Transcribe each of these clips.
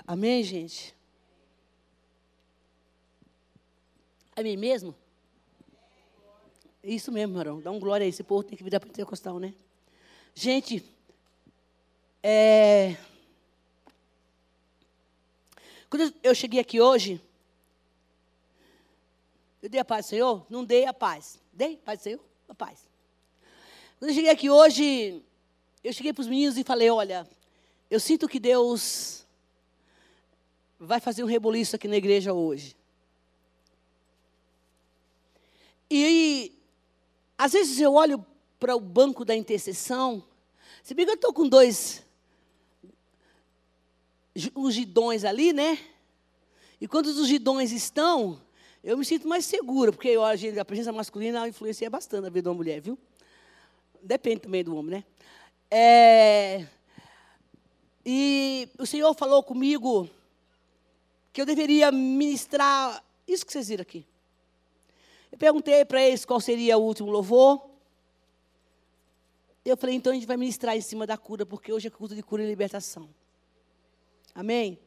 Amém, gente? Amém mesmo? Isso mesmo, Marão. Dá um glória aí. Esse povo tem que virar pentecostal, né? Gente, quando eu cheguei aqui hoje, eu dei a paz do Senhor? Não dei a paz. Dei a paz do Senhor? A paz. Quando eu cheguei aqui hoje, eu cheguei para os meninos e falei, olha, eu sinto que Deus vai fazer um reboliço aqui na igreja hoje. E às vezes eu olho para o banco da intercessão, se bem que eu estou com dois ungidões ali, né? E quando os ungidões estão, eu me sinto mais segura, porque a presença masculina influencia bastante na vida de uma mulher, viu? Depende também do homem, né? E o Senhor falou comigo que eu deveria ministrar isso que vocês viram aqui. Eu perguntei para eles qual seria o último louvor. Eu falei, então a gente vai ministrar em cima da cura, porque hoje é culto de cura e libertação. Amém?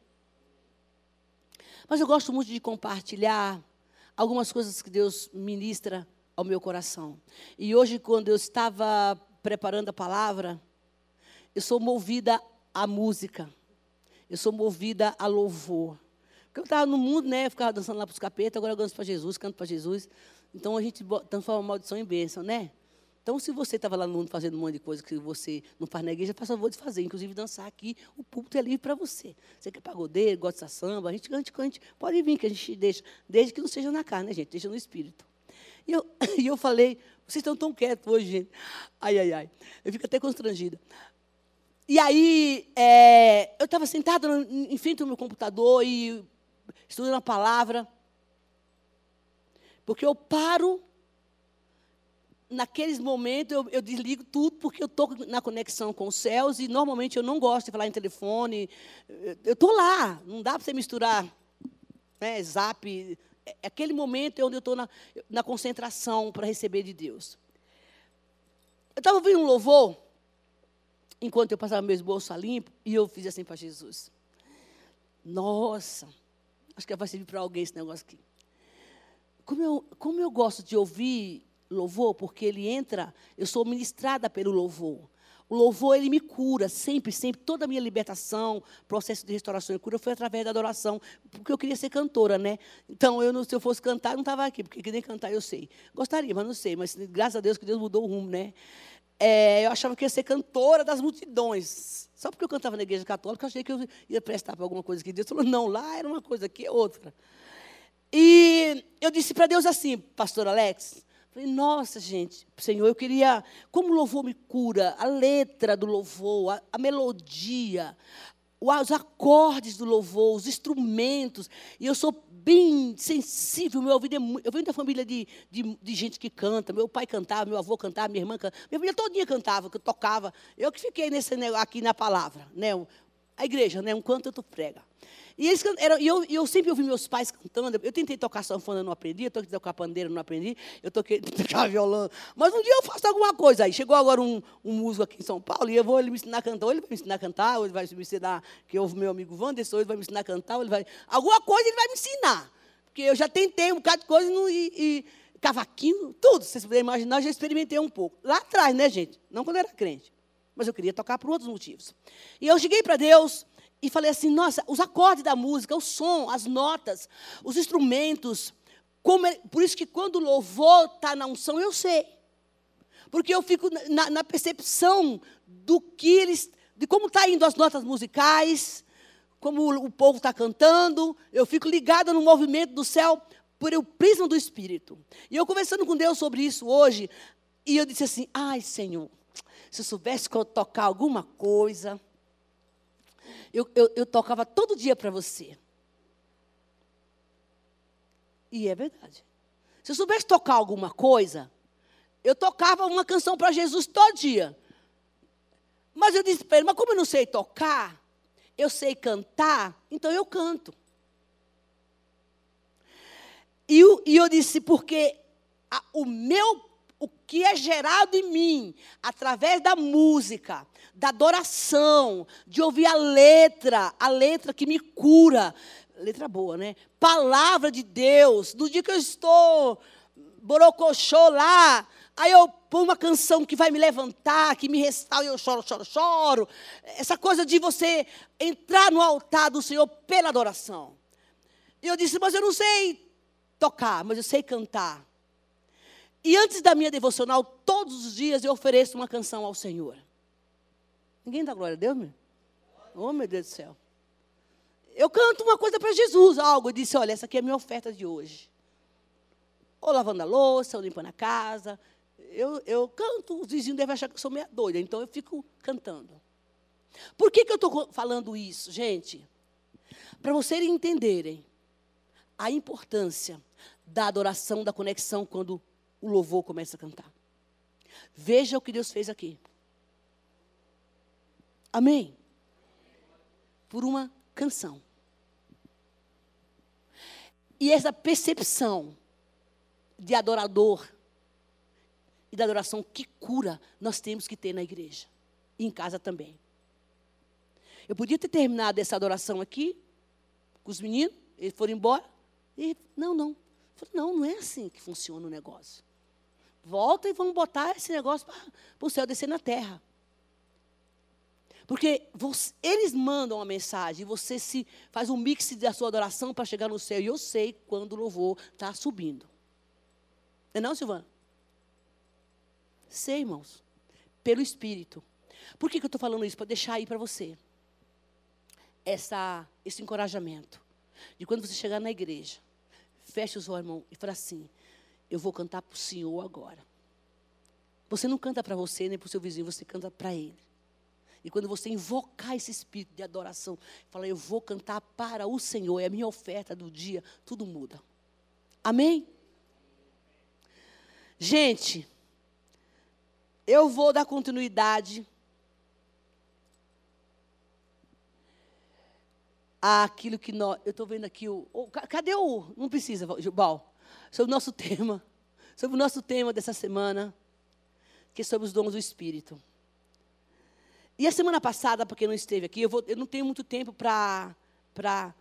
Mas eu gosto muito de compartilhar algumas coisas que Deus ministra ao meu coração. E hoje, quando eu estava preparando a palavra, eu sou movida à música. Eu sou movida a louvor. Porque eu estava no mundo, né? Eu ficava dançando lá para os capetas, agora eu danço para Jesus, canto para Jesus. Então, a gente transforma a maldição em bênção, né? Então, se você estava lá no mundo fazendo um monte de coisa que você não faz na igreja, faça favor de fazer. Inclusive, dançar aqui, o púlpito é livre para você. Você que é pagodeiro, gosta de samba, a gente pode vir, que a gente deixa, desde que não seja na carne, né, gente? Deixa no espírito. E eu falei, vocês estão tão quietos hoje, gente. Ai. Eu fico até constrangida. E aí, eu estava sentada em frente ao meu computador e estudando a palavra. Porque eu paro, naqueles momentos eu desligo tudo, porque eu estou na conexão com os céus, e normalmente eu não gosto de falar em telefone. Eu estou lá, não dá para você misturar, né, zap. Aquele momento é onde eu estou na concentração para receber de Deus. Eu estava ouvindo um louvor, enquanto eu passava meu esboço a limpo, e eu fiz assim para Jesus. Nossa, acho que vai servir para alguém esse negócio aqui. Como eu gosto de ouvir louvor, porque ele entra, eu sou ministrada pelo louvor. O louvor, ele me cura, sempre, toda a minha libertação, processo de restauração e cura foi através da adoração, porque eu queria ser cantora, né? Então, se eu fosse cantar, eu não estava aqui, porque nem cantar eu sei. Gostaria, mas não sei, mas graças a Deus que Deus mudou o rumo, né? Eu achava que ia ser cantora das multidões. Só porque eu cantava na igreja católica, eu achei que eu ia prestar para alguma coisa que Deus falou, não, lá era uma coisa, aqui é outra. E eu disse para Deus assim, pastor Alex, falei, nossa, gente, Senhor, eu queria, como o louvor me cura, a letra do louvor, a melodia, os acordes do louvor, os instrumentos, e eu sou bem sensível, meu ouvido eu venho da família de gente que canta, meu pai cantava, meu avô cantava, minha irmã cantava, minha família todinha cantava, que eu tocava, eu que fiquei aqui na palavra, né, a igreja, né, um canto eu prega. E eu sempre ouvi meus pais cantando. Eu tentei tocar sanfona, não aprendi. Eu tentei tocar pandeiro, não aprendi. Eu tentei tocar violão. Mas um dia eu faço alguma coisa aí. Chegou agora um músico aqui em São Paulo, e ele me ensinar a cantar. Ou ele vai me ensinar a cantar, ou ele vai me ensinar, que é o meu amigo Wanderson, ou ele vai me ensinar a cantar, ou ele vai... Alguma coisa ele vai me ensinar. Porque eu já tentei um bocado de coisa e cavaquinho, tudo. Se vocês puderem imaginar, eu já experimentei um pouco. Lá atrás, né, gente? Não quando eu era crente. Mas eu queria tocar por outros motivos. E eu cheguei para Deus e falei assim, nossa, os acordes da música, o som, as notas, os instrumentos, por isso que quando o louvor está na unção, eu sei. Porque eu fico na percepção de como está indo as notas musicais, como o povo está cantando, eu fico ligada no movimento do céu por o prisma do Espírito. E eu conversando com Deus sobre isso hoje, e eu disse assim, ai, Senhor, se eu soubesse que eu tocar alguma coisa... Eu tocava todo dia para você. E é verdade. Se eu soubesse tocar alguma coisa, eu tocava uma canção para Jesus todo dia. Mas eu disse para ele, mas como eu não sei tocar, eu sei cantar, então eu canto. E eu disse, porque o meu o que é gerado em mim, através da música, da adoração, de ouvir a letra que me cura, letra boa, né? Palavra de Deus, no dia que eu estou borocochô lá, aí eu ponho uma canção que vai me levantar, que me restaura, e eu choro, choro, choro. Essa coisa de você entrar no altar do Senhor pela adoração. E eu disse, mas eu não sei tocar, mas eu sei cantar. E antes da minha devocional, todos os dias eu ofereço uma canção ao Senhor. Ninguém dá glória a Deus, meu? Oh, meu Deus do céu. Eu canto uma coisa para Jesus, algo. Eu disse, olha, essa aqui é a minha oferta de hoje. Ou lavando a louça, ou limpando a casa. Eu canto, os vizinhos devem achar que eu sou meia doida, então eu fico cantando. Por que eu estou falando isso, gente? Para vocês entenderem a importância da adoração, da conexão, quando o louvor começa a cantar. Veja o que Deus fez aqui. Amém? Por uma canção. E essa percepção de adorador e da adoração que cura, nós temos que ter na igreja. E em casa também. Eu podia ter terminado essa adoração aqui, com os meninos, eles foram embora. E não. Falei, não é assim que funciona o negócio. Volta e vamos botar esse negócio para o céu descer na terra. Porque eles mandam uma mensagem, e você se faz um mix da sua adoração para chegar no céu. E eu sei quando o louvor está subindo. Não é não, Silvana? Sei, irmãos. Pelo Espírito. Por que eu estou falando isso? Para deixar aí para você. Esse encorajamento. De quando você chegar na igreja, feche os olhos, irmão, e fala assim, eu vou cantar para o Senhor agora. Você não canta para você, nem para o seu vizinho, você canta para Ele. E quando você invocar esse espírito de adoração, fala, eu vou cantar para o Senhor, é a minha oferta do dia, tudo muda. Amém? Gente, eu vou dar continuidade àquilo que nós... Eu estou vendo aqui cadê o... Não precisa, Bal. Sobre o nosso tema dessa semana, que é sobre os dons do Espírito. E a semana passada, para quem não esteve aqui, eu não tenho muito tempo para... Deixa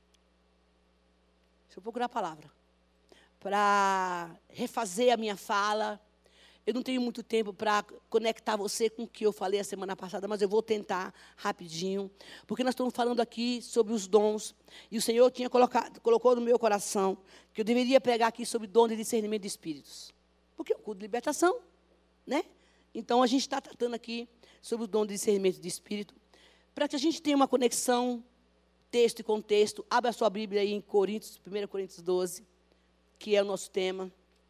eu procurar a palavra. Para refazer a minha fala. Eu não tenho muito tempo para conectar você com o que eu falei a semana passada, mas eu vou tentar rapidinho. Porque nós estamos falando aqui sobre os dons. E o Senhor colocou no meu coração que eu deveria pregar aqui sobre dom de discernimento de espíritos. Porque é um culto de libertação, né? Então, a gente está tratando aqui sobre o dom de discernimento de espírito, para que a gente tenha uma conexão, texto e contexto. Abra a sua Bíblia aí em 1 Coríntios 12, que é o nosso tema.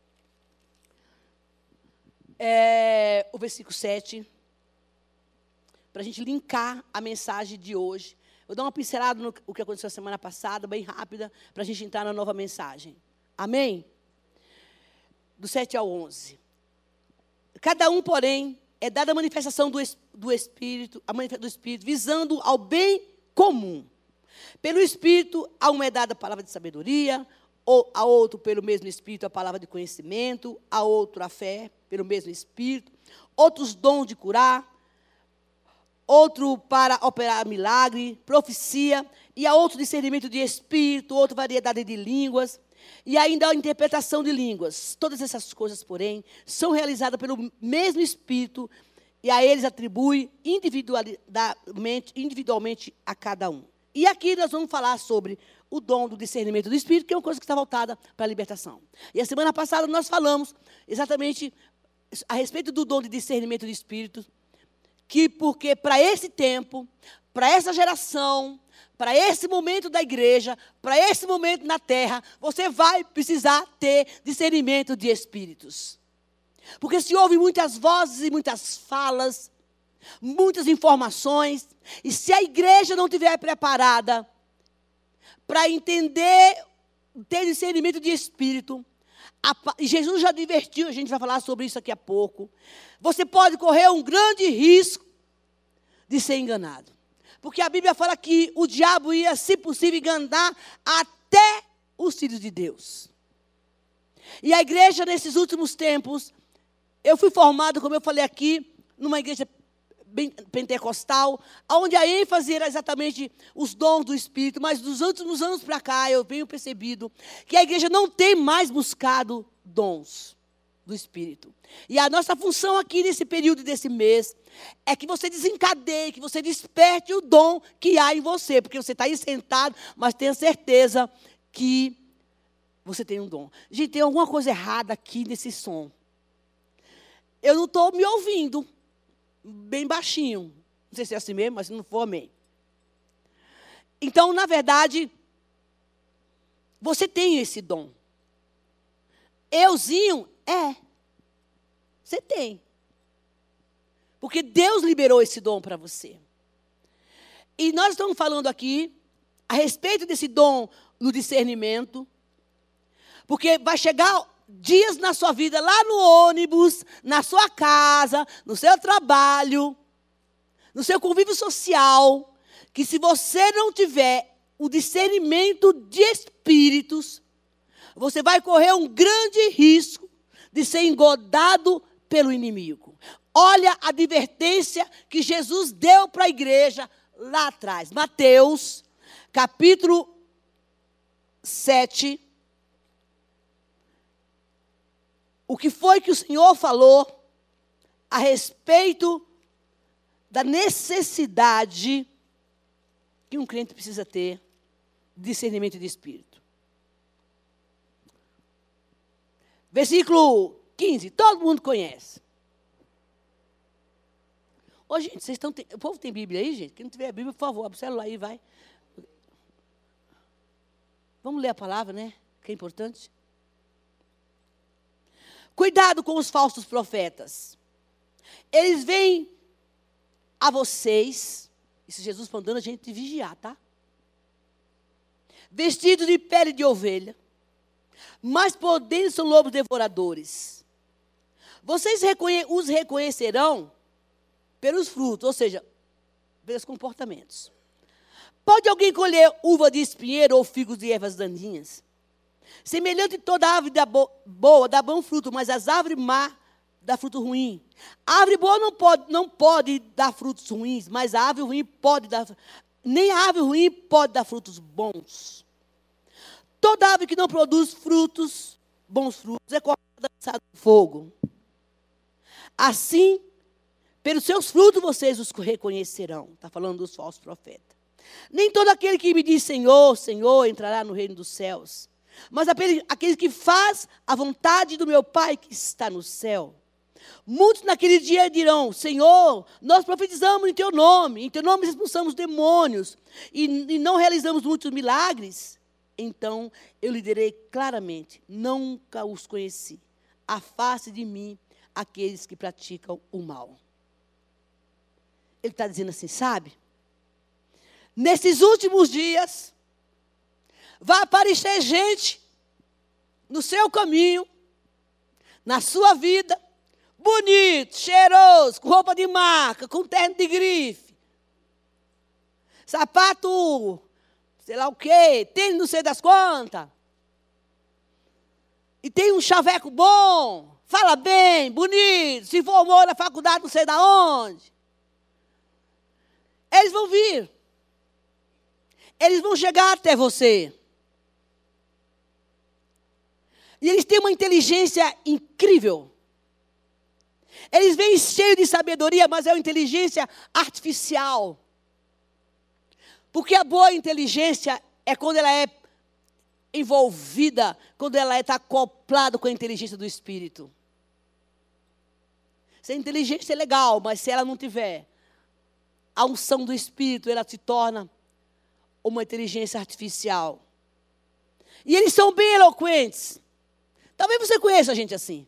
O versículo 7, para a gente linkar a mensagem de hoje. Vou dar uma pincelada no que aconteceu a semana passada, bem rápida, para a gente entrar na nova mensagem. Amém? Do 7 ao 11. Cada um, porém, é dada a manifestação do Espírito, visando ao bem comum. Pelo Espírito, a um é dada a palavra de sabedoria, a outro, pelo mesmo Espírito, a palavra de conhecimento, a outro, a fé, pelo mesmo Espírito, outros dons de curar, outro para operar milagre, profecia, e a outro discernimento de espírito, outra variedade de línguas, e ainda a interpretação de línguas. Todas essas coisas, porém, são realizadas pelo mesmo Espírito, e a eles atribui individualmente a cada um. E aqui nós vamos falar sobre o dom do discernimento do Espírito, que é uma coisa que está voltada para a libertação. E a semana passada nós falamos exatamente a respeito do dom de discernimento de Espírito, porque para esse tempo, para essa geração, para esse momento da igreja, para esse momento na terra, você vai precisar ter discernimento de espíritos. Porque se ouve muitas vozes e muitas falas, muitas informações, e se a igreja não estiver preparada para entender, ter discernimento de espírito, e Jesus já advertiu, a gente vai falar sobre isso daqui a pouco, você pode correr um grande risco de ser enganado. Porque a Bíblia fala que o diabo ia, se possível, enganar até os filhos de Deus. E a igreja, nesses últimos tempos, Eu fui formado, como eu falei aqui, numa igreja bem pentecostal, onde a ênfase era exatamente os dons do Espírito, mas dos últimos anos para cá eu venho percebido que a igreja não tem mais buscado dons do Espírito. E a nossa função aqui nesse período desse mês é que você desencadeie, que você desperte o dom que há em você, porque você está aí sentado, mas tenha certeza que você tem um dom. Gente, tem alguma coisa errada aqui nesse som. Eu não estou me ouvindo. Bem baixinho. Não sei se é assim mesmo, mas se não for, amém. Então, na verdade, você tem esse dom. Euzinho, você tem. Porque Deus liberou esse dom para você. E nós estamos falando aqui a respeito desse dom no discernimento. Porque vai chegar dias na sua vida, lá no ônibus, na sua casa, no seu trabalho, no seu convívio social, que se você não tiver o discernimento de espíritos, você vai correr um grande risco de ser engodado pelo inimigo. Olha a advertência que Jesus deu para a igreja lá atrás. Mateus, capítulo 7. O que foi que o Senhor falou a respeito da necessidade que um crente precisa ter de discernimento de espírito? Versículo 15, todo mundo conhece. Ô, gente, vocês estão... O povo tem Bíblia aí, gente? Quem não tiver Bíblia, por favor, abre o celular aí, vai. Vamos ler a palavra, né? Que é importante. Cuidado com os falsos profetas. Eles vêm a vocês, isso Jesus mandando a gente vigiar, tá? Vestidos de pele de ovelha, mas por dentro são lobos devoradores. Vocês os reconhecerão pelos frutos, ou seja, pelos comportamentos. Pode alguém colher uva de espinheiro ou figos de ervas daninhas? Semelhante toda árvore boa dá bom fruto, mas as árvores má dá fruto ruim. A árvore boa não pode dar frutos ruins, mas a árvore ruim pode dar... Nem a árvore ruim pode dar frutos bons. Toda árvore que não produz frutos, bons frutos, é cortada e lançada no fogo. Assim, pelos seus frutos vocês os reconhecerão. Está falando dos falsos profetas. Nem todo aquele que me diz Senhor, Senhor, entrará no reino dos céus, mas aquele que faz a vontade do meu Pai que está no céu. Muitos naquele dia dirão, Senhor, nós profetizamos em Teu nome expulsamos demônios, e não realizamos muitos milagres. Então eu lhe direi claramente, nunca os conheci. Afaste de mim aqueles que praticam o mal. Ele está dizendo assim, sabe? Nesses últimos dias, vai aparecer gente no seu caminho, na sua vida, bonito, cheiroso, com roupa de marca, com terno de grife, sapato, sei lá o quê, tênis não sei das quantas, e tem um chaveco bom, fala bem, bonito, se formou na faculdade não sei da onde. Eles vão vir. Eles vão chegar até você. E eles têm uma inteligência incrível. Eles vêm cheios de sabedoria, mas é uma inteligência artificial. Porque a boa inteligência é quando ela é envolvida, quando ela está acoplada com a inteligência do Espírito. Se a inteligência é legal, mas se ela não tiver a unção do Espírito, ela se torna uma inteligência artificial. E eles são bem eloquentes. Talvez você conheça gente assim.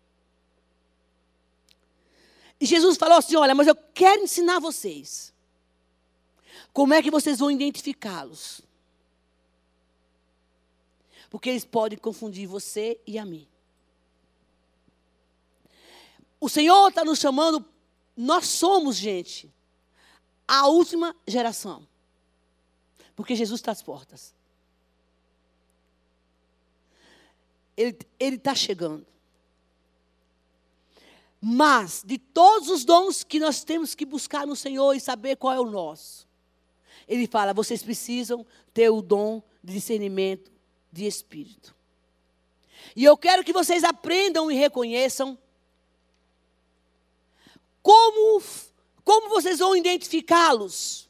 E Jesus falou assim, olha, mas eu quero ensinar vocês como é que vocês vão identificá-los. Porque eles podem confundir você e a mim. O Senhor está nos chamando, nós somos, gente, a última geração. Porque Jesus está às portas. Ele está chegando. Mas, de todos os dons que nós temos que buscar no Senhor e saber qual é o nosso, Ele fala, vocês precisam ter o dom de discernimento de espírito. E eu quero que vocês aprendam e reconheçam como vocês vão identificá-los.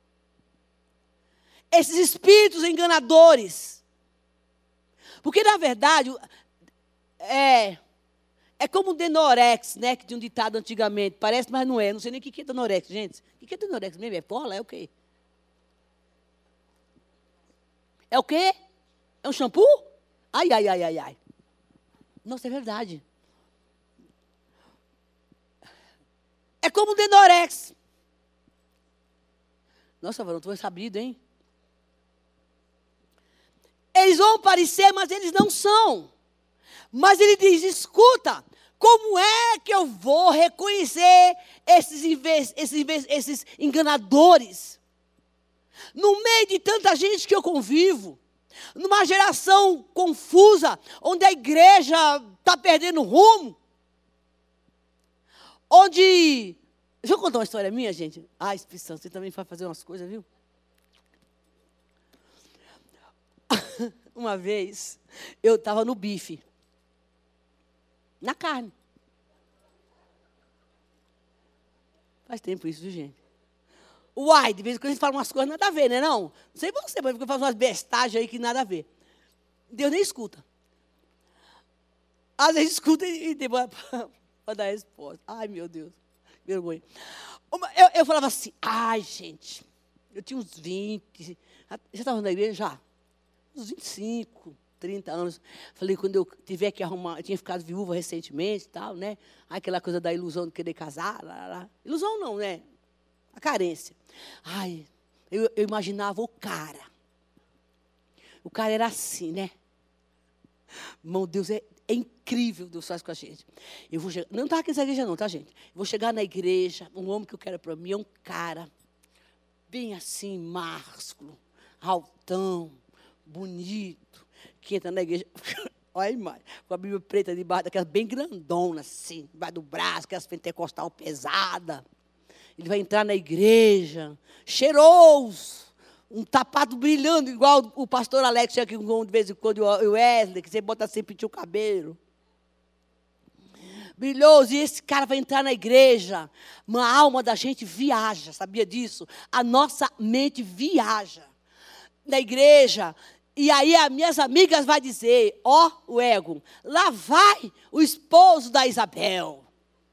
Esses espíritos enganadores. Porque, na verdade, é como o Denorex, né? Que tinha um ditado antigamente. Parece, mas não é. Não sei nem o que é Denorex, gente. O que é Denorex mesmo? É cola? É o quê? É o quê? É um shampoo? Ai, ai, ai, ai, ai. Nossa, é verdade. É como o Denorex. Nossa, varão, tu vai sabido, hein? Eles vão parecer, mas eles não são. Mas ele diz, escuta, como é que eu vou reconhecer esses enganadores? No meio de tanta gente que eu convivo, numa geração confusa, onde a igreja está perdendo rumo, onde... Deixa eu contar uma história minha, gente. Ah, Espírito Santo, você também vai fazer umas coisas, viu? Uma vez, eu estava no bife. Na carne. Faz tempo isso, viu, gente? Uai, de vez em quando a gente fala umas coisas nada a ver, né, não? Não sei você, mas eu faço umas bestagens aí que nada a ver. Deus nem escuta. Às vezes escuta e demora para dar resposta. Ai, meu Deus. Vergonha. Eu falava assim, ai, gente, eu tinha uns 20, já estava na igreja já? Uns 25, 30 anos. Falei, quando eu tiver que arrumar, eu tinha ficado viúva recentemente e tal, né? Aquela coisa da ilusão de querer casar, lá. Ilusão não, né? A carência. Ai, eu imaginava o cara. O cara era assim, né? Irmão, Deus é incrível, Deus faz com a gente. Eu vou chegar, não está aqui nessa igreja não, tá, gente? Eu vou chegar na igreja, um homem que eu quero para mim é um cara bem assim, másculo, altão, bonito, que entra na igreja, olha a imagem, com a Bíblia preta debaixo daquelas bem grandona, assim, debaixo do braço, aquelas pentecostal pesada. Ele vai entrar na igreja, cheiroso, um tapado brilhando, igual o pastor Alex chega aqui de vez em quando, o Wesley, que você bota assim, pintar o cabelo. Brilhoso, e esse cara vai entrar na igreja, a alma da gente viaja, sabia disso? A nossa mente viaja na igreja, e aí as minhas amigas vão dizer, ó, o ego, lá vai o esposo da Isabel.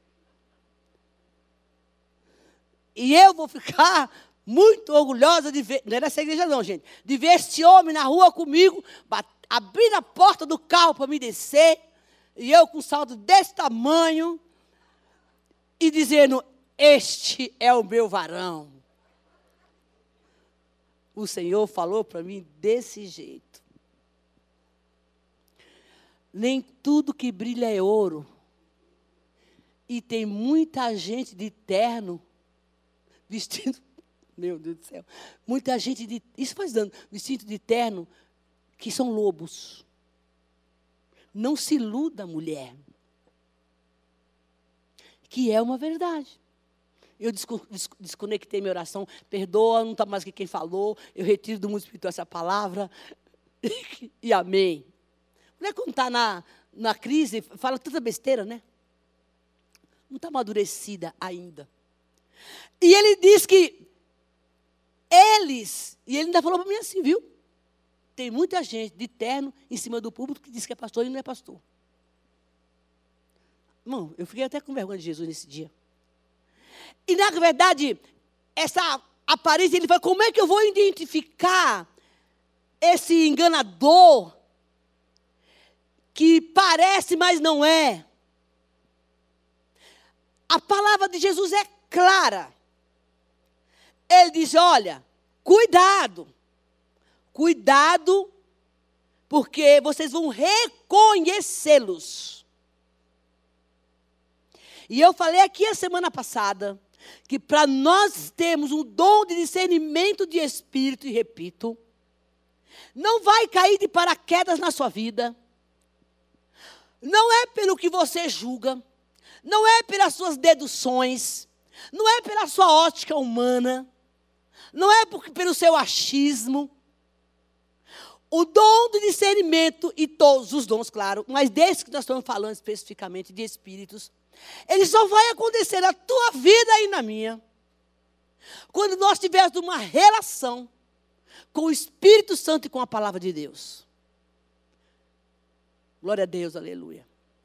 E eu vou ficar muito orgulhosa de ver, não é nessa igreja não, gente, de ver esse homem na rua comigo, abrindo a porta do carro para me descer, e eu com um salto desse tamanho, e dizendo, este é o meu varão. O Senhor falou para mim desse jeito. Nem tudo que brilha é ouro. E tem muita gente de terno, vestido, meu Deus do céu, muita gente de, isso faz dano, vestido de terno, que são lobos. Não se iluda, mulher. Que é uma verdade. Eu desconectei minha oração, perdoa, não está mais aqui quem falou, eu retiro do mundo espiritual essa palavra, e amém. Mulher, quando está na crise, fala tanta besteira, né? Não está amadurecida ainda. E ele diz que eles, e ele ainda falou para mim assim, viu? Tem muita gente de terno em cima do púlpito que diz que é pastor e não é pastor. Irmão, eu fiquei até com vergonha de Jesus nesse dia. E, na verdade, essa aparência, ele fala, como é que eu vou identificar esse enganador que parece, mas não é? A palavra de Jesus é clara. Ele diz, olha, cuidado, porque vocês vão reconhecê-los. E eu falei aqui a semana passada, que para nós termos um dom de discernimento de espírito, e repito, não vai cair de paraquedas na sua vida, não é pelo que você julga, não é pelas suas deduções, não é pela sua ótica humana, não é pelo seu achismo. O dom do discernimento e todos os dons, claro, mas desse que nós estamos falando especificamente, de espíritos, ele só vai acontecer na tua vida e na minha, quando nós tivermos uma relação com o Espírito Santo e com a palavra de Deus. Glória a Deus, aleluia.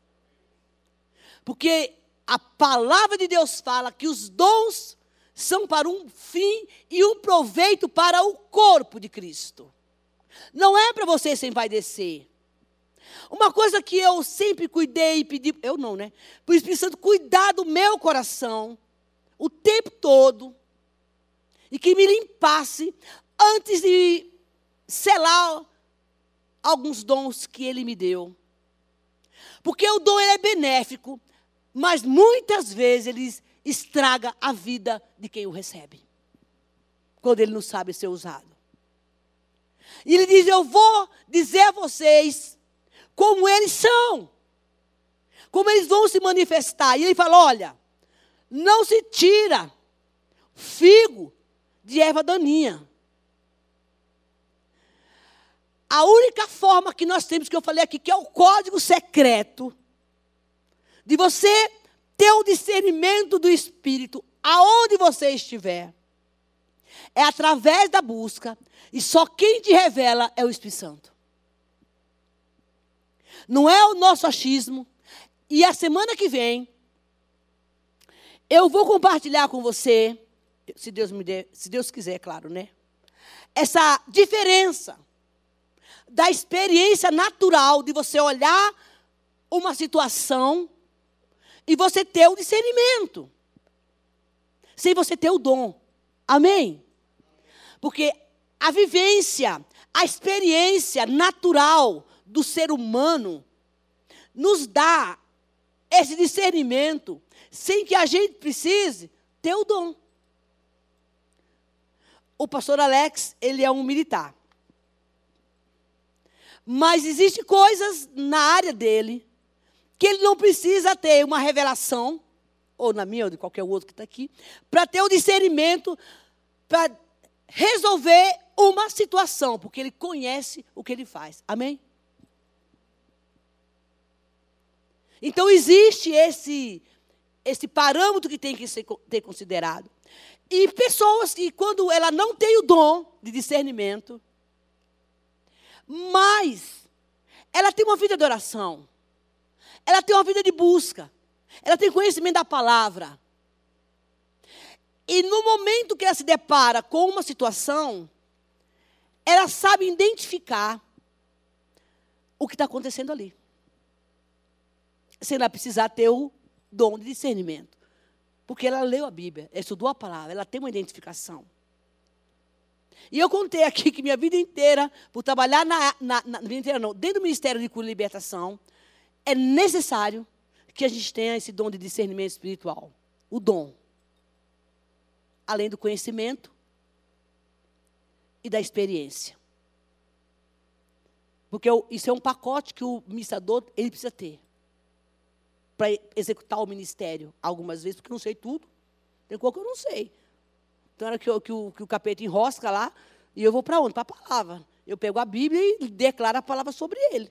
Porque a palavra de Deus fala que os dons são para um fim e um proveito para o corpo de Cristo. Não é para você se envaidecer. Uma coisa que eu sempre cuidei e pedi, eu não, né? Para o Espírito Santo cuidar do meu coração o tempo todo e que me limpasse antes de selar alguns dons que Ele me deu. Porque o dom é benéfico, mas muitas vezes ele estraga a vida de quem o recebe, quando ele não sabe ser usado. E ele diz, eu vou dizer a vocês como eles são, como eles vão se manifestar. E ele fala, olha, não se tira figo de erva daninha. A única forma que nós temos, que eu falei aqui, que é o código secreto, de você ter o discernimento do Espírito, aonde você estiver, é através da busca, e só quem te revela é o Espírito Santo. Não é o nosso achismo. E a semana que vem, eu vou compartilhar com você, se Deus quiser, claro, né? Essa diferença da experiência natural de você olhar uma situação e você ter o discernimento, sem você ter o dom. Amém? Porque a vivência, a experiência natural do ser humano nos dá esse discernimento sem que a gente precise ter o dom. O pastor Alex, ele é um militar. Mas existem coisas na área dele que ele não precisa ter uma revelação, ou na minha, ou de qualquer outro que está aqui, para ter o discernimento, para resolver uma situação, porque ele conhece o que ele faz. Amém? Então, existe esse parâmetro que tem que ter considerado. E pessoas que, quando ela não tem o dom de discernimento, mas ela tem uma vida de oração, ela tem uma vida de busca, ela tem conhecimento da palavra. E no momento que ela se depara com uma situação, ela sabe identificar o que está acontecendo ali, sem ela precisar ter o dom de discernimento. Porque ela leu a Bíblia, ela estudou a palavra, ela tem uma identificação. E eu contei aqui que minha vida inteira, por trabalhar dentro do Ministério de Cura e Libertação, é necessário que a gente tenha esse dom de discernimento espiritual. O dom. Além do conhecimento e da experiência. Porque isso é um pacote que o ministrador ele precisa ter para executar o ministério. Algumas vezes, porque eu não sei tudo. Tem coisa que eu não sei. Então, era que o capeta enrosca lá, e eu vou para onde? Para a palavra. Eu pego a Bíblia e declaro a palavra sobre ele.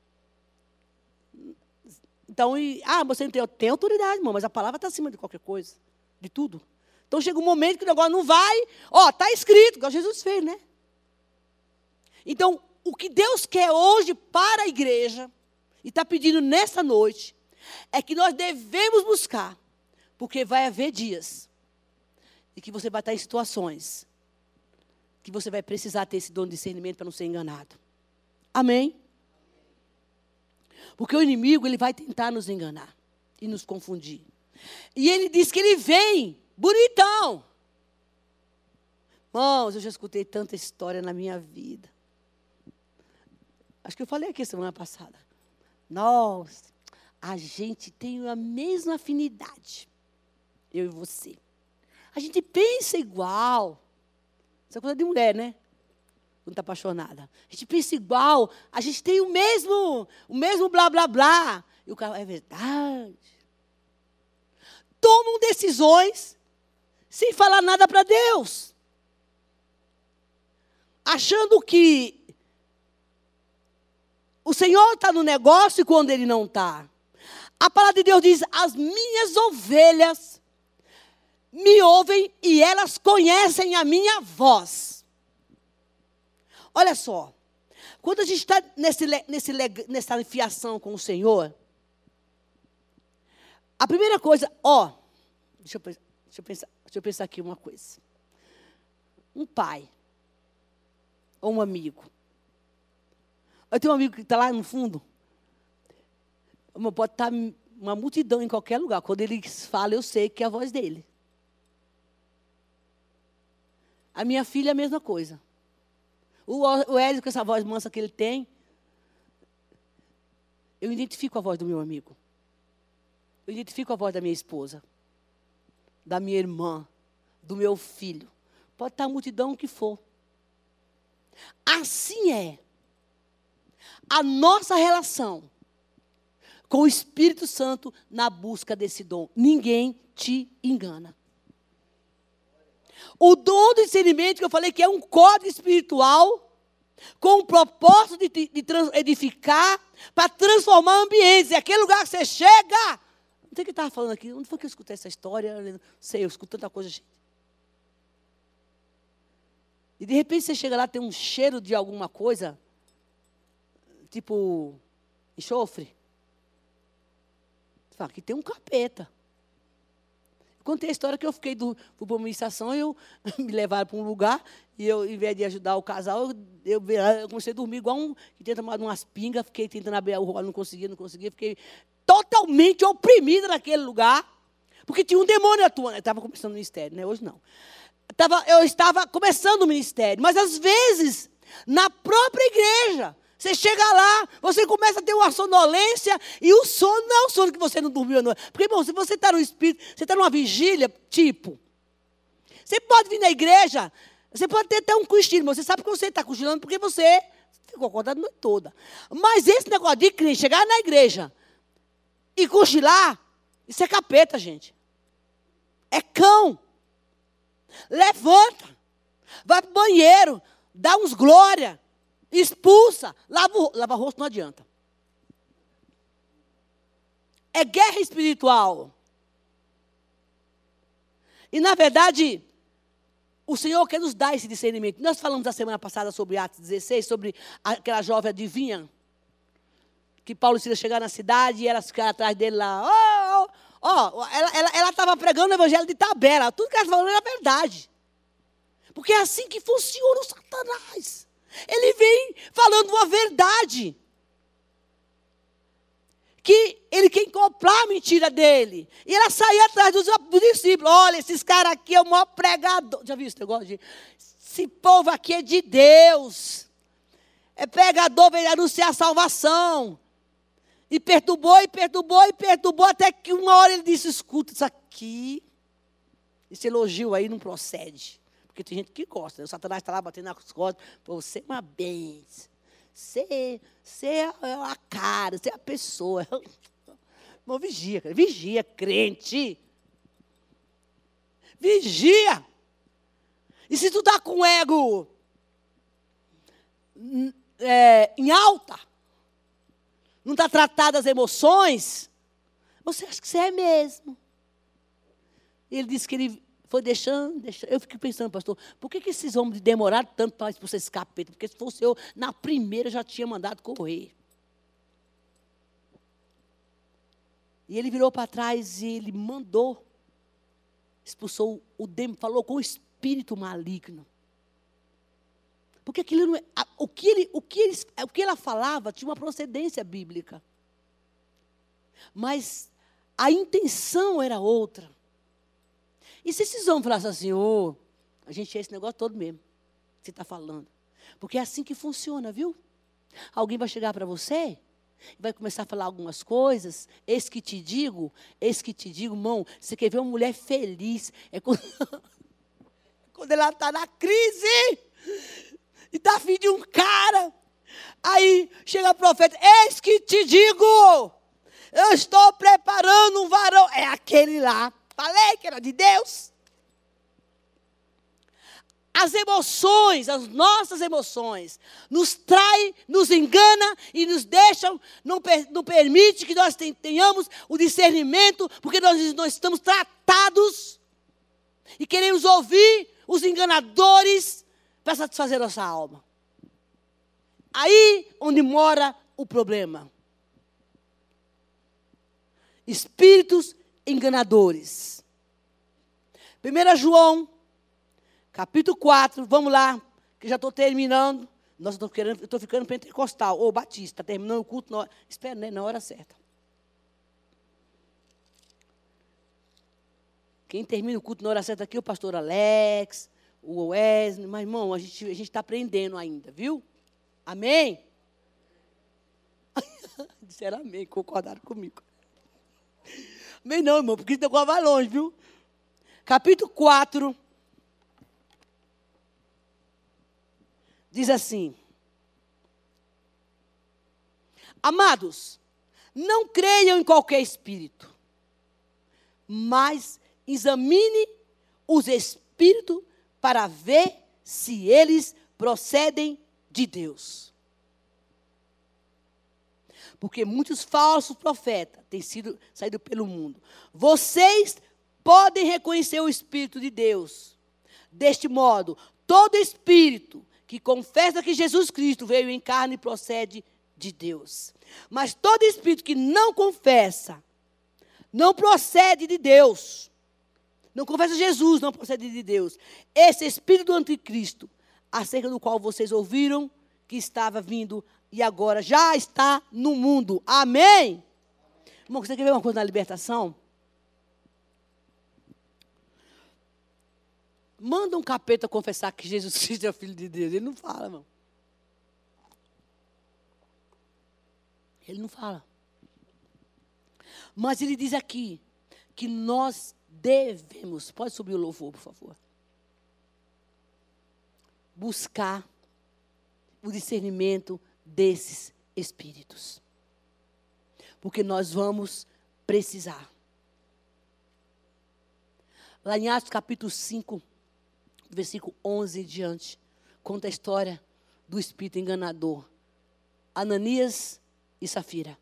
Então, você não tem autoridade, irmão, mas a palavra está acima de qualquer coisa, de tudo. Então, chega um momento que o negócio não vai, está escrito, igual Jesus fez, né? Então, o que Deus quer hoje para a igreja, e está pedindo nessa noite, é que nós devemos buscar, porque vai haver dias e que você vai estar em situações que você vai precisar ter esse dom de discernimento para não ser enganado. Amém? Porque o inimigo, ele vai tentar nos enganar e nos confundir. E ele diz que ele vem bonitão. Irmãos, eu já escutei tanta história na minha vida. Acho que eu falei aqui semana passada. Nossa, a gente tem a mesma afinidade, eu e você. A gente pensa igual. Isso é coisa de mulher, né? Quando está apaixonada. A gente pensa igual, a gente tem o mesmo blá, blá, blá. E o cara, é verdade. tomam decisões sem falar nada para Deus, achando que o Senhor está no negócio quando Ele não está. A palavra de Deus diz: as minhas ovelhas me ouvem e elas conhecem a minha voz. Olha só, quando a gente está nessa fiação com o Senhor, a primeira coisa, deixa eu pensar aqui uma coisa. Um pai, ou um amigo. Eu tenho um amigo que está lá no fundo. Pode estar uma multidão em qualquer lugar. Quando ele fala, eu sei que é a voz dele. A minha filha é a mesma coisa. O Hélio, com essa voz mansa que ele tem, eu identifico a voz do meu amigo. Eu identifico a voz da minha esposa, da minha irmã, do meu filho. Pode estar a multidão que for. Assim é a nossa relação com o Espírito Santo na busca desse dom. Ninguém te engana. O dom do discernimento, que eu falei que é um código espiritual, com o propósito de edificar, para transformar ambientes. É aquele lugar que você chega. Não sei o que estava falando aqui. Onde foi que eu escutei essa história? Não sei, eu escuto tanta coisa, gente. E de repente você chega lá, tem um cheiro de alguma coisa, tipo enxofre. Você fala, aqui tem um capeta. Contei a história que eu fui para uma administração, me levaram para um lugar, e eu, em vez de ajudar o casal, eu comecei a dormir igual um que tinha tomado umas pingas, fiquei tentando abrir o rolo, não conseguia, fiquei totalmente oprimida naquele lugar, porque tinha um demônio atuando. Eu estava começando o ministério, né? Hoje não. Eu estava começando o ministério, mas às vezes, na própria igreja, você chega lá, você começa a ter uma sonolência, e o sono não é o sono que você não dormiu à noite. Porque, irmão, se você está no espírito, você está numa vigília, você pode vir na igreja, você pode ter até um cochilo, mas você sabe que você está cochilando porque você ficou acordado a noite toda. Mas esse negócio de crente, chegar na igreja e cochilar, isso é capeta, gente. É cão. Levanta, vai para o banheiro, dá uns glória, expulsa, lava o rosto, não adianta. É guerra espiritual. E, na verdade, o Senhor quer nos dar esse discernimento. Nós falamos a semana passada sobre Atos 16, sobre aquela jovem adivinha, que Paulo e Silas chegaram na cidade e elas ficaram atrás dele lá. Ela estava pregando o evangelho de tabela. Tudo que ela estava falando era verdade. Porque é assim que funciona o Satanás. Ele vem falando uma verdade. Que ele quer comprar a mentira dele. E ela saía atrás dos discípulos. Olha, esses caras aqui é o maior pregador. Já viu esse negócio? Esse povo aqui é de Deus. É pregador, veio anunciar a salvação. E perturbou, até que uma hora ele disse, escuta isso aqui. Esse elogio aí não procede. Porque tem gente que gosta. O Satanás está lá batendo nas costas. Você é uma bênção. Você é a cara, você é a pessoa. Irmão, vigia, cara. Vigia, crente. Vigia. E se tu está com o ego em alta, não está tratado as emoções, você acha que você é mesmo. Ele disse que ele foi deixando. Eu fiquei pensando, pastor, por que esses homens demoraram tanto para expulsar esse capeta? Porque se fosse eu, na primeira eu já tinha mandado correr. E ele virou para trás e ele mandou, expulsou o demônio, falou com o espírito maligno. Porque aquilo não é, o que ela falava tinha uma procedência bíblica. Mas a intenção era outra. E se esses homens falassem assim, a gente é esse negócio todo mesmo, que você está falando. Porque é assim que funciona, viu? Alguém vai chegar para você, vai começar a falar algumas coisas, eis que te digo, irmão, você quer ver uma mulher feliz, é quando, quando ela está na crise, e está afim de um cara, aí chega o profeta, eis que te digo, eu estou preparando um varão, é aquele lá. Falei que era de Deus. As emoções, as nossas emoções, nos trai, nos engana e nos deixam, não permite que nós tenhamos o discernimento, porque nós estamos tratados e queremos ouvir os enganadores para satisfazer nossa alma. Aí onde mora o problema. Espíritos enganadores. 1 João, capítulo 4, vamos lá, que já estou terminando. Nossa, eu estou ficando pentecostal, ou batista, terminando o culto, espera, né, na hora certa. Quem termina o culto na hora certa aqui é o pastor Alex, o Wesley, mas, irmão, a gente está aprendendo ainda, viu? Amém? Disseram amém, concordaram comigo. Amém não, irmão, porque esse negócio vai longe, viu? Capítulo 4. Diz assim: amados, não creiam em qualquer espírito, mas examine os espíritos para ver se eles procedem de Deus. Porque muitos falsos profetas têm saído pelo mundo. Vocês podem reconhecer o Espírito de Deus. Deste modo, todo espírito que confessa que Jesus Cristo veio em carne e procede de Deus. Mas todo espírito que não confessa, não procede de Deus. Não confessa Jesus, não procede de Deus. Esse espírito do anticristo, acerca do qual vocês ouviram que estava vindo e agora já está no mundo. Amém? Irmão, você quer ver uma coisa na libertação? Manda um capeta confessar que Jesus Cristo é o Filho de Deus. Ele não fala, irmão. Ele não fala. Mas ele diz aqui que nós devemos, pode subir o louvor, por favor, buscar o discernimento desses espíritos. Porque nós vamos precisar. Lá em Atos capítulo 5, versículo 11 em diante, conta a história do espírito enganador, Ananias e Safira.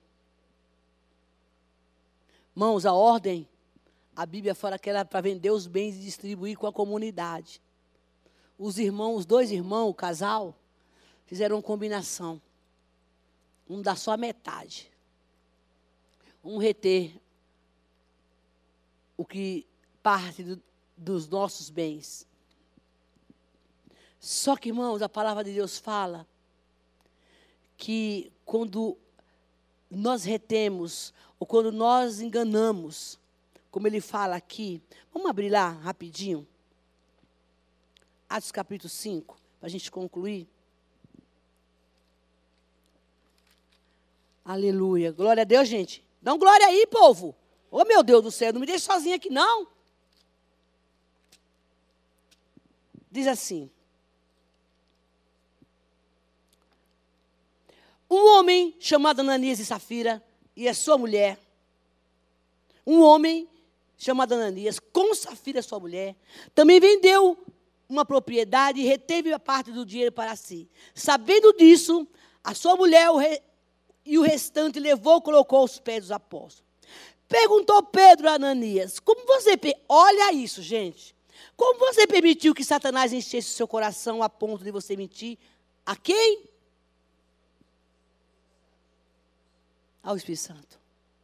Irmãos, a ordem, a Bíblia fala que era para vender os bens e distribuir com a comunidade. Os dois irmãos, o casal, fizeram uma combinação. Um dá só a metade. Um reter o que parte dos nossos bens. Só que, irmãos, a palavra de Deus fala que quando nós retemos, ou quando nós enganamos, como ele fala aqui, vamos abrir lá rapidinho. Atos capítulo 5, para a gente concluir. Aleluia. Glória a Deus, gente. Dá um glória aí, povo. Ô, meu Deus do céu, não me deixe sozinha aqui, não. Diz assim. Um homem chamado Ananias e Safira e a sua mulher. Um homem chamado Ananias com Safira, sua mulher, também vendeu uma propriedade e reteve a parte do dinheiro para si. Sabendo disso, a sua mulher e o restante levou e colocou aos pés dos apóstolos. Perguntou Pedro a Ananias, olha isso, gente. Como você permitiu que Satanás enchesse o seu coração a ponto de você mentir? A quem? Ao Espírito Santo.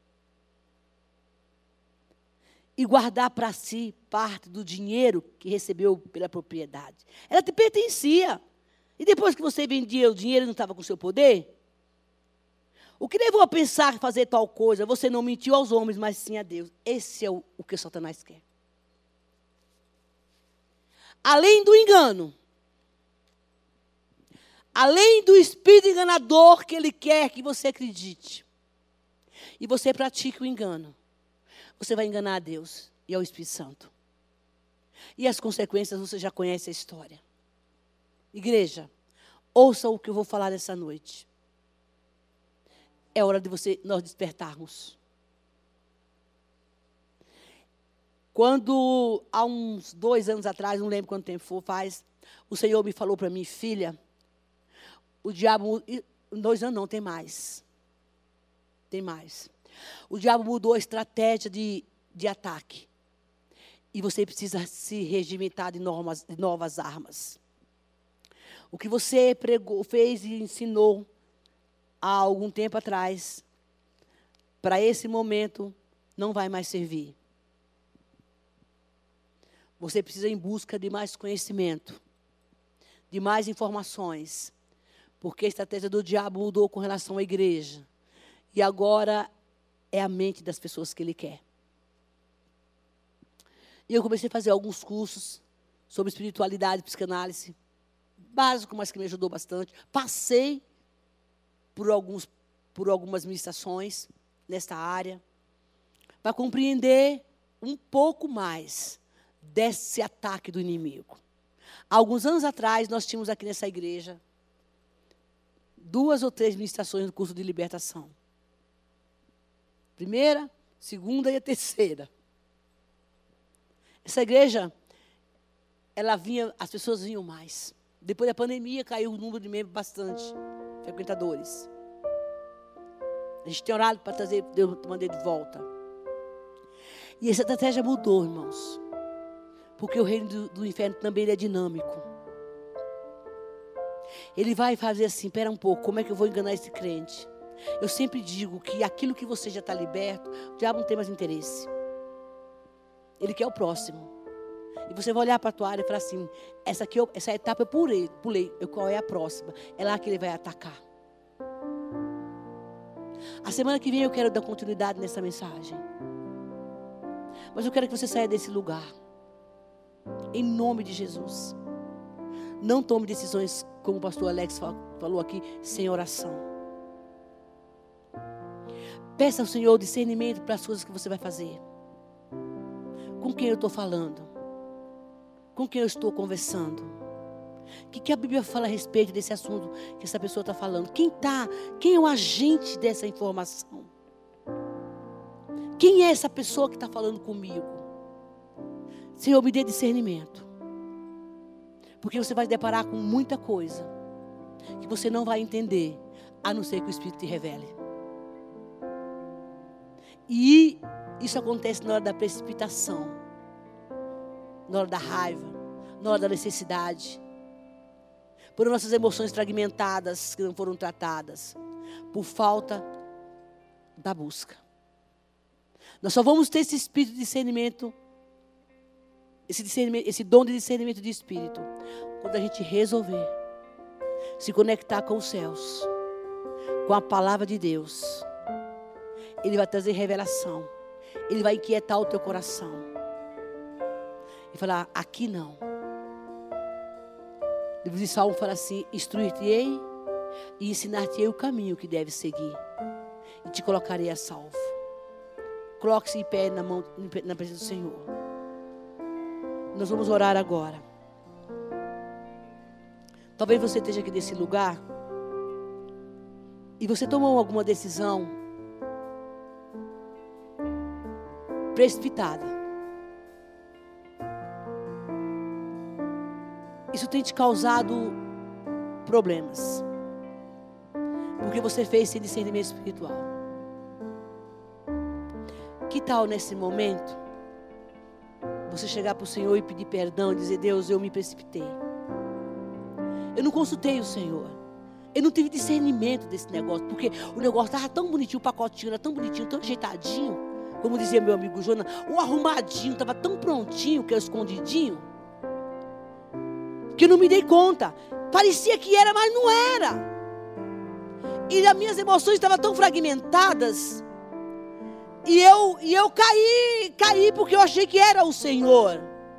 E guardar para si parte do dinheiro que recebeu pela propriedade. Ela te pertencia. E depois que você vendia o dinheiro, não estava com o seu poder? O que levou a pensar em fazer tal coisa? Você não mentiu aos homens, mas sim a Deus. Esse é o que Satanás quer. Além do engano, além do espírito enganador que ele quer que você acredite, e você pratique o engano, você vai enganar a Deus e ao Espírito Santo. E as consequências você já conhece a história. Igreja, ouça o que eu vou falar nessa noite. É hora de nós despertarmos. Quando, há uns 2 anos atrás, não lembro quanto tempo faz, o Senhor me falou para mim, filha, o diabo, 2 anos não, tem mais. Tem mais. O diabo mudou a estratégia de ataque. E você precisa se regimentar de novas armas. O que você pregou, fez e ensinou há algum tempo atrás, para esse momento, não vai mais servir. Você precisa ir em busca de mais conhecimento, de mais informações, porque a estratégia do diabo mudou com relação à igreja. E agora é a mente das pessoas que ele quer. E eu comecei a fazer alguns cursos sobre espiritualidade, psicanálise, básico, mas que me ajudou bastante. Passei por algumas ministrações nesta área, para compreender um pouco mais desse ataque do inimigo. Há alguns anos atrás, nós tínhamos aqui nessa igreja 2 ou 3 ministrações do curso de libertação. Primeira, segunda e a terceira. Essa igreja, as pessoas vinham mais. Depois da pandemia, caiu o número de membros bastante, frequentadores. A gente tem orado para trazer, Deus mandei de volta. E essa estratégia mudou, irmãos. Porque o reino do inferno também é dinâmico. Ele vai fazer assim, espera um pouco, como é que eu vou enganar esse crente? Eu sempre digo que aquilo que você já está liberto, o diabo não tem mais interesse. Ele quer o próximo. E você vai olhar para a tua área e falar assim, essa etapa eu pulei. Qual é a próxima? É lá que ele vai atacar. A semana que vem eu quero dar continuidade nessa mensagem. Mas eu quero que você saia desse lugar. Em nome de Jesus. Não tome decisões, como o pastor Alex falou aqui, sem oração. Peça ao Senhor discernimento para as coisas que você vai fazer. Com quem eu estou falando? Com quem eu estou conversando? O que a Bíblia fala a respeito desse assunto que essa pessoa está falando? Quem é o agente dessa informação? Quem é essa pessoa que está falando comigo? Senhor, me dê discernimento. Porque você vai se deparar com muita coisa que você não vai entender, a não ser que o Espírito te revele. E isso acontece na hora da precipitação, na hora da raiva, na hora da necessidade, por nossas emoções fragmentadas que não foram tratadas, por falta da busca. Nós só vamos ter esse espírito de discernimento, esse dom de discernimento de espírito, quando a gente resolver se conectar com os céus, com a palavra de Deus. Ele vai trazer revelação. Ele vai inquietar o teu coração. E falar, aqui não. O livro de Salmo fala assim, instruir-te-ei e ensinar-te-ei o caminho que deves seguir. E te colocarei a salvo. Coloque-se em pé na presença do Senhor. Nós vamos orar agora. Talvez você esteja aqui nesse lugar e você tomou alguma decisão precipitada. Isso tem te causado problemas, porque você fez sem discernimento espiritual. Que tal nesse momento você chegar para o Senhor e pedir perdão e dizer, Deus, eu me precipitei. Eu não consultei o Senhor. Eu não tive discernimento desse negócio, porque o negócio estava tão bonitinho, o pacotinho era tão bonitinho, tão ajeitadinho, como dizia meu amigo Jonas, o arrumadinho, estava tão prontinho, que era escondidinho, que eu não me dei conta. Parecia que era, mas não era. E as minhas emoções estavam tão fragmentadas, e eu caí porque eu achei que era o Senhor.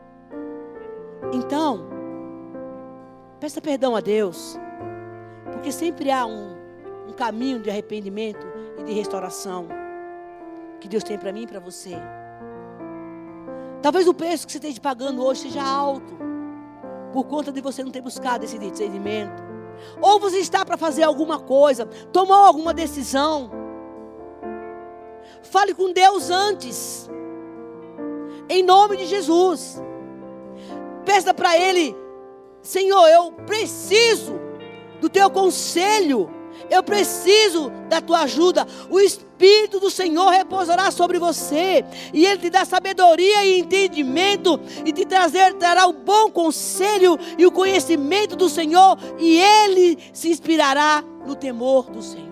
Então, peça perdão a Deus, porque sempre há um caminho de arrependimento e de restauração que Deus tem para mim e para você. Talvez o preço que você esteja pagando hoje seja alto, por conta de você não ter buscado esse discernimento. Ou você está para fazer alguma coisa, tomou alguma decisão. Fale com Deus antes. Em nome de Jesus. Peça para Ele: Senhor, eu preciso do Teu conselho. Eu preciso da Tua ajuda. O Espírito do Senhor repousará sobre você. E Ele te dá sabedoria e entendimento. E te trará o bom conselho e o conhecimento do Senhor. E Ele se inspirará no temor do Senhor.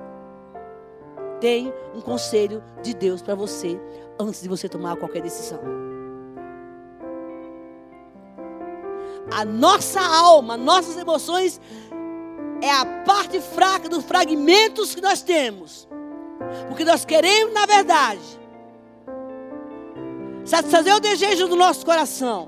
Tem um conselho de Deus para você antes de você tomar qualquer decisão. A nossa alma, nossas emoções é a parte fraca dos fragmentos que nós temos. Porque nós queremos, na verdade, satisfazer o desejo do nosso coração.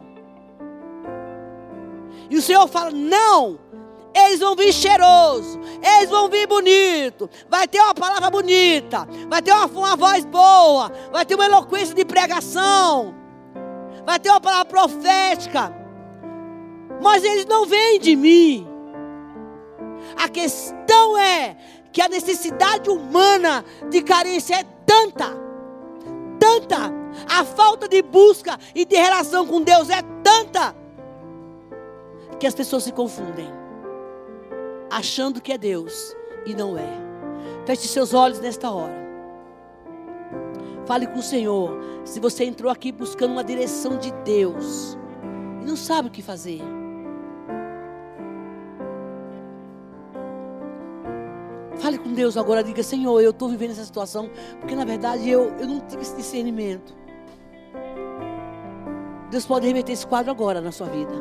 E o Senhor fala: não, eles vão vir cheiroso, eles vão vir bonito, vai ter uma palavra bonita, vai ter uma voz boa, vai ter uma eloquência de pregação, vai ter uma palavra profética. Mas eles não vêm de mim. A questão é que a necessidade humana de carência é tanta, a falta de busca e de relação com Deus é tanta, que as pessoas se confundem, achando que é Deus e não é. Feche seus olhos nesta hora. Fale com o Senhor. Se você entrou aqui buscando uma direção de Deus e não sabe o que fazer, fale com Deus agora. Diga: Senhor, eu estou vivendo essa situação porque na verdade eu não tive esse discernimento. Deus pode reverter esse quadro agora na sua vida.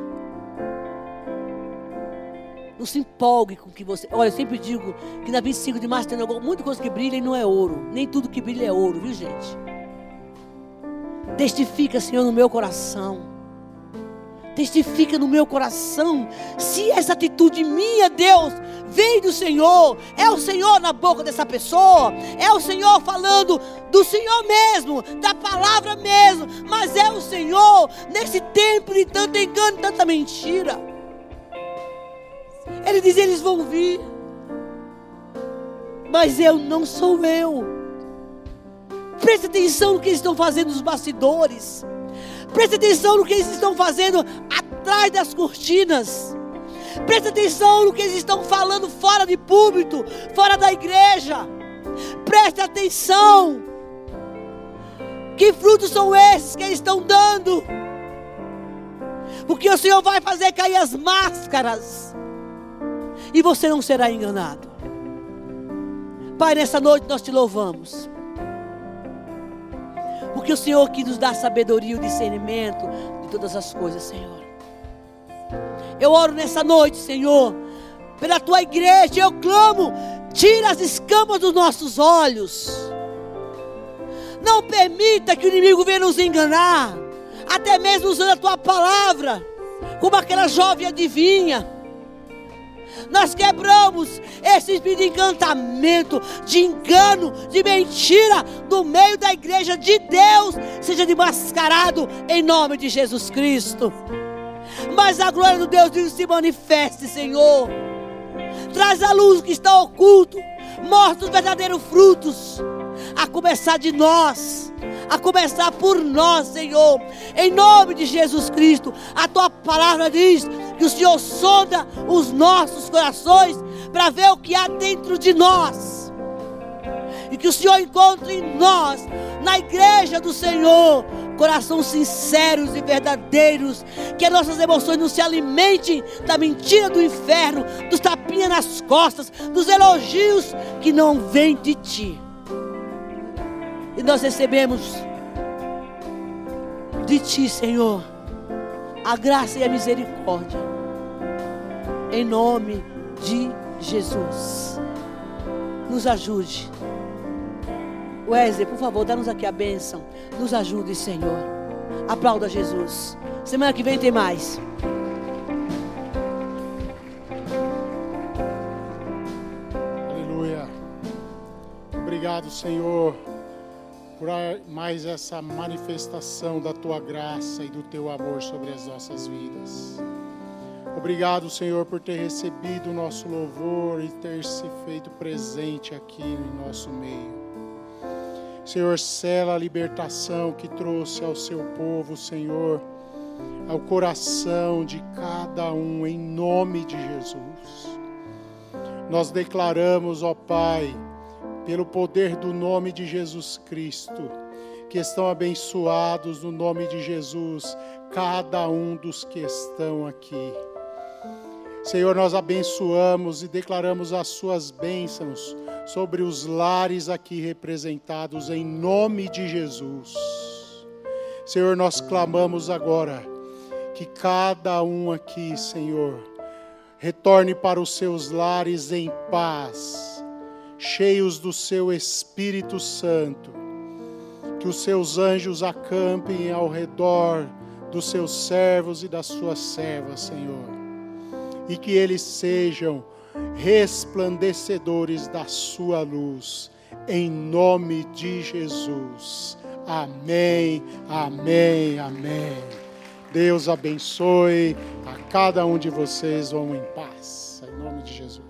Não se empolgue com o que você... Olha, eu sempre digo que na 25 de março tem muita coisa que brilha e não é ouro. Nem tudo que brilha é ouro, viu, gente? Testifica, Senhor, no meu coração. Testifica no meu coração se essa atitude minha, Deus, vem do Senhor. É o Senhor na boca dessa pessoa. É o Senhor falando do Senhor mesmo, da palavra mesmo. Mas é o Senhor nesse tempo de tanto engano, tanta mentira. Ele diz: eles vão vir, mas eu não sou eu. Preste atenção no que eles estão fazendo nos bastidores. Preste atenção no que eles estão fazendo atrás das cortinas. Preste atenção no que eles estão falando fora de púlpito, fora da igreja. Preste atenção. Que frutos são esses que eles estão dando? Porque o Senhor vai fazer cair as máscaras e você não será enganado. Pai, nessa noite nós te louvamos, porque o Senhor que nos dá sabedoria e o discernimento de todas as coisas, Senhor. Eu oro nessa noite, Senhor, pela tua igreja. Eu clamo: tira as escamas dos nossos olhos. Não permita que o inimigo venha nos enganar, até mesmo usando a tua palavra, como aquela jovem adivinha. Nós quebramos esse espírito de encantamento, de engano, de mentira do meio da igreja de Deus. Seja desmascarado em nome de Jesus Cristo. Mas a glória do Deus vivo se manifeste, Senhor. Traz a luz que está oculto. Mostra os verdadeiros frutos, a começar de nós, a começar por nós, Senhor. Em nome de Jesus Cristo. A tua palavra diz que o Senhor sonda os nossos corações para ver o que há dentro de nós. E que o Senhor encontre em nós, na igreja do Senhor, corações sinceros e verdadeiros. Que as nossas emoções não se alimentem da mentira do inferno, dos tapinhas nas costas, dos elogios que não vêm de Ti. E nós recebemos de Ti, Senhor, a graça e a misericórdia. Em nome de Jesus. Nos ajude. Wesley, por favor, dá-nos aqui a bênção. Nos ajude, Senhor. Aplauda Jesus. Semana que vem tem mais. Aleluia. Obrigado, Senhor, por mais essa manifestação da Tua graça e do Teu amor sobre as nossas vidas. Obrigado, Senhor, por ter recebido o nosso louvor e ter se feito presente aqui no nosso meio. Senhor, sela a libertação que trouxe ao seu povo, Senhor, ao coração de cada um, em nome de Jesus. Nós declaramos, ó Pai, pelo poder do nome de Jesus Cristo, que estão abençoados no nome de Jesus, cada um dos que estão aqui. Senhor, nós abençoamos e declaramos as suas bênçãos sobre os lares aqui representados, em nome de Jesus. Senhor, nós clamamos agora que cada um aqui, Senhor, retorne para os seus lares em paz, cheios do seu Espírito Santo, que os seus anjos acampem ao redor dos seus servos e das suas servas, Senhor, e que eles sejam resplandecedores da sua luz, em nome de Jesus. Amém, amém, amém. Deus abençoe a cada um de vocês, vão em paz, em nome de Jesus.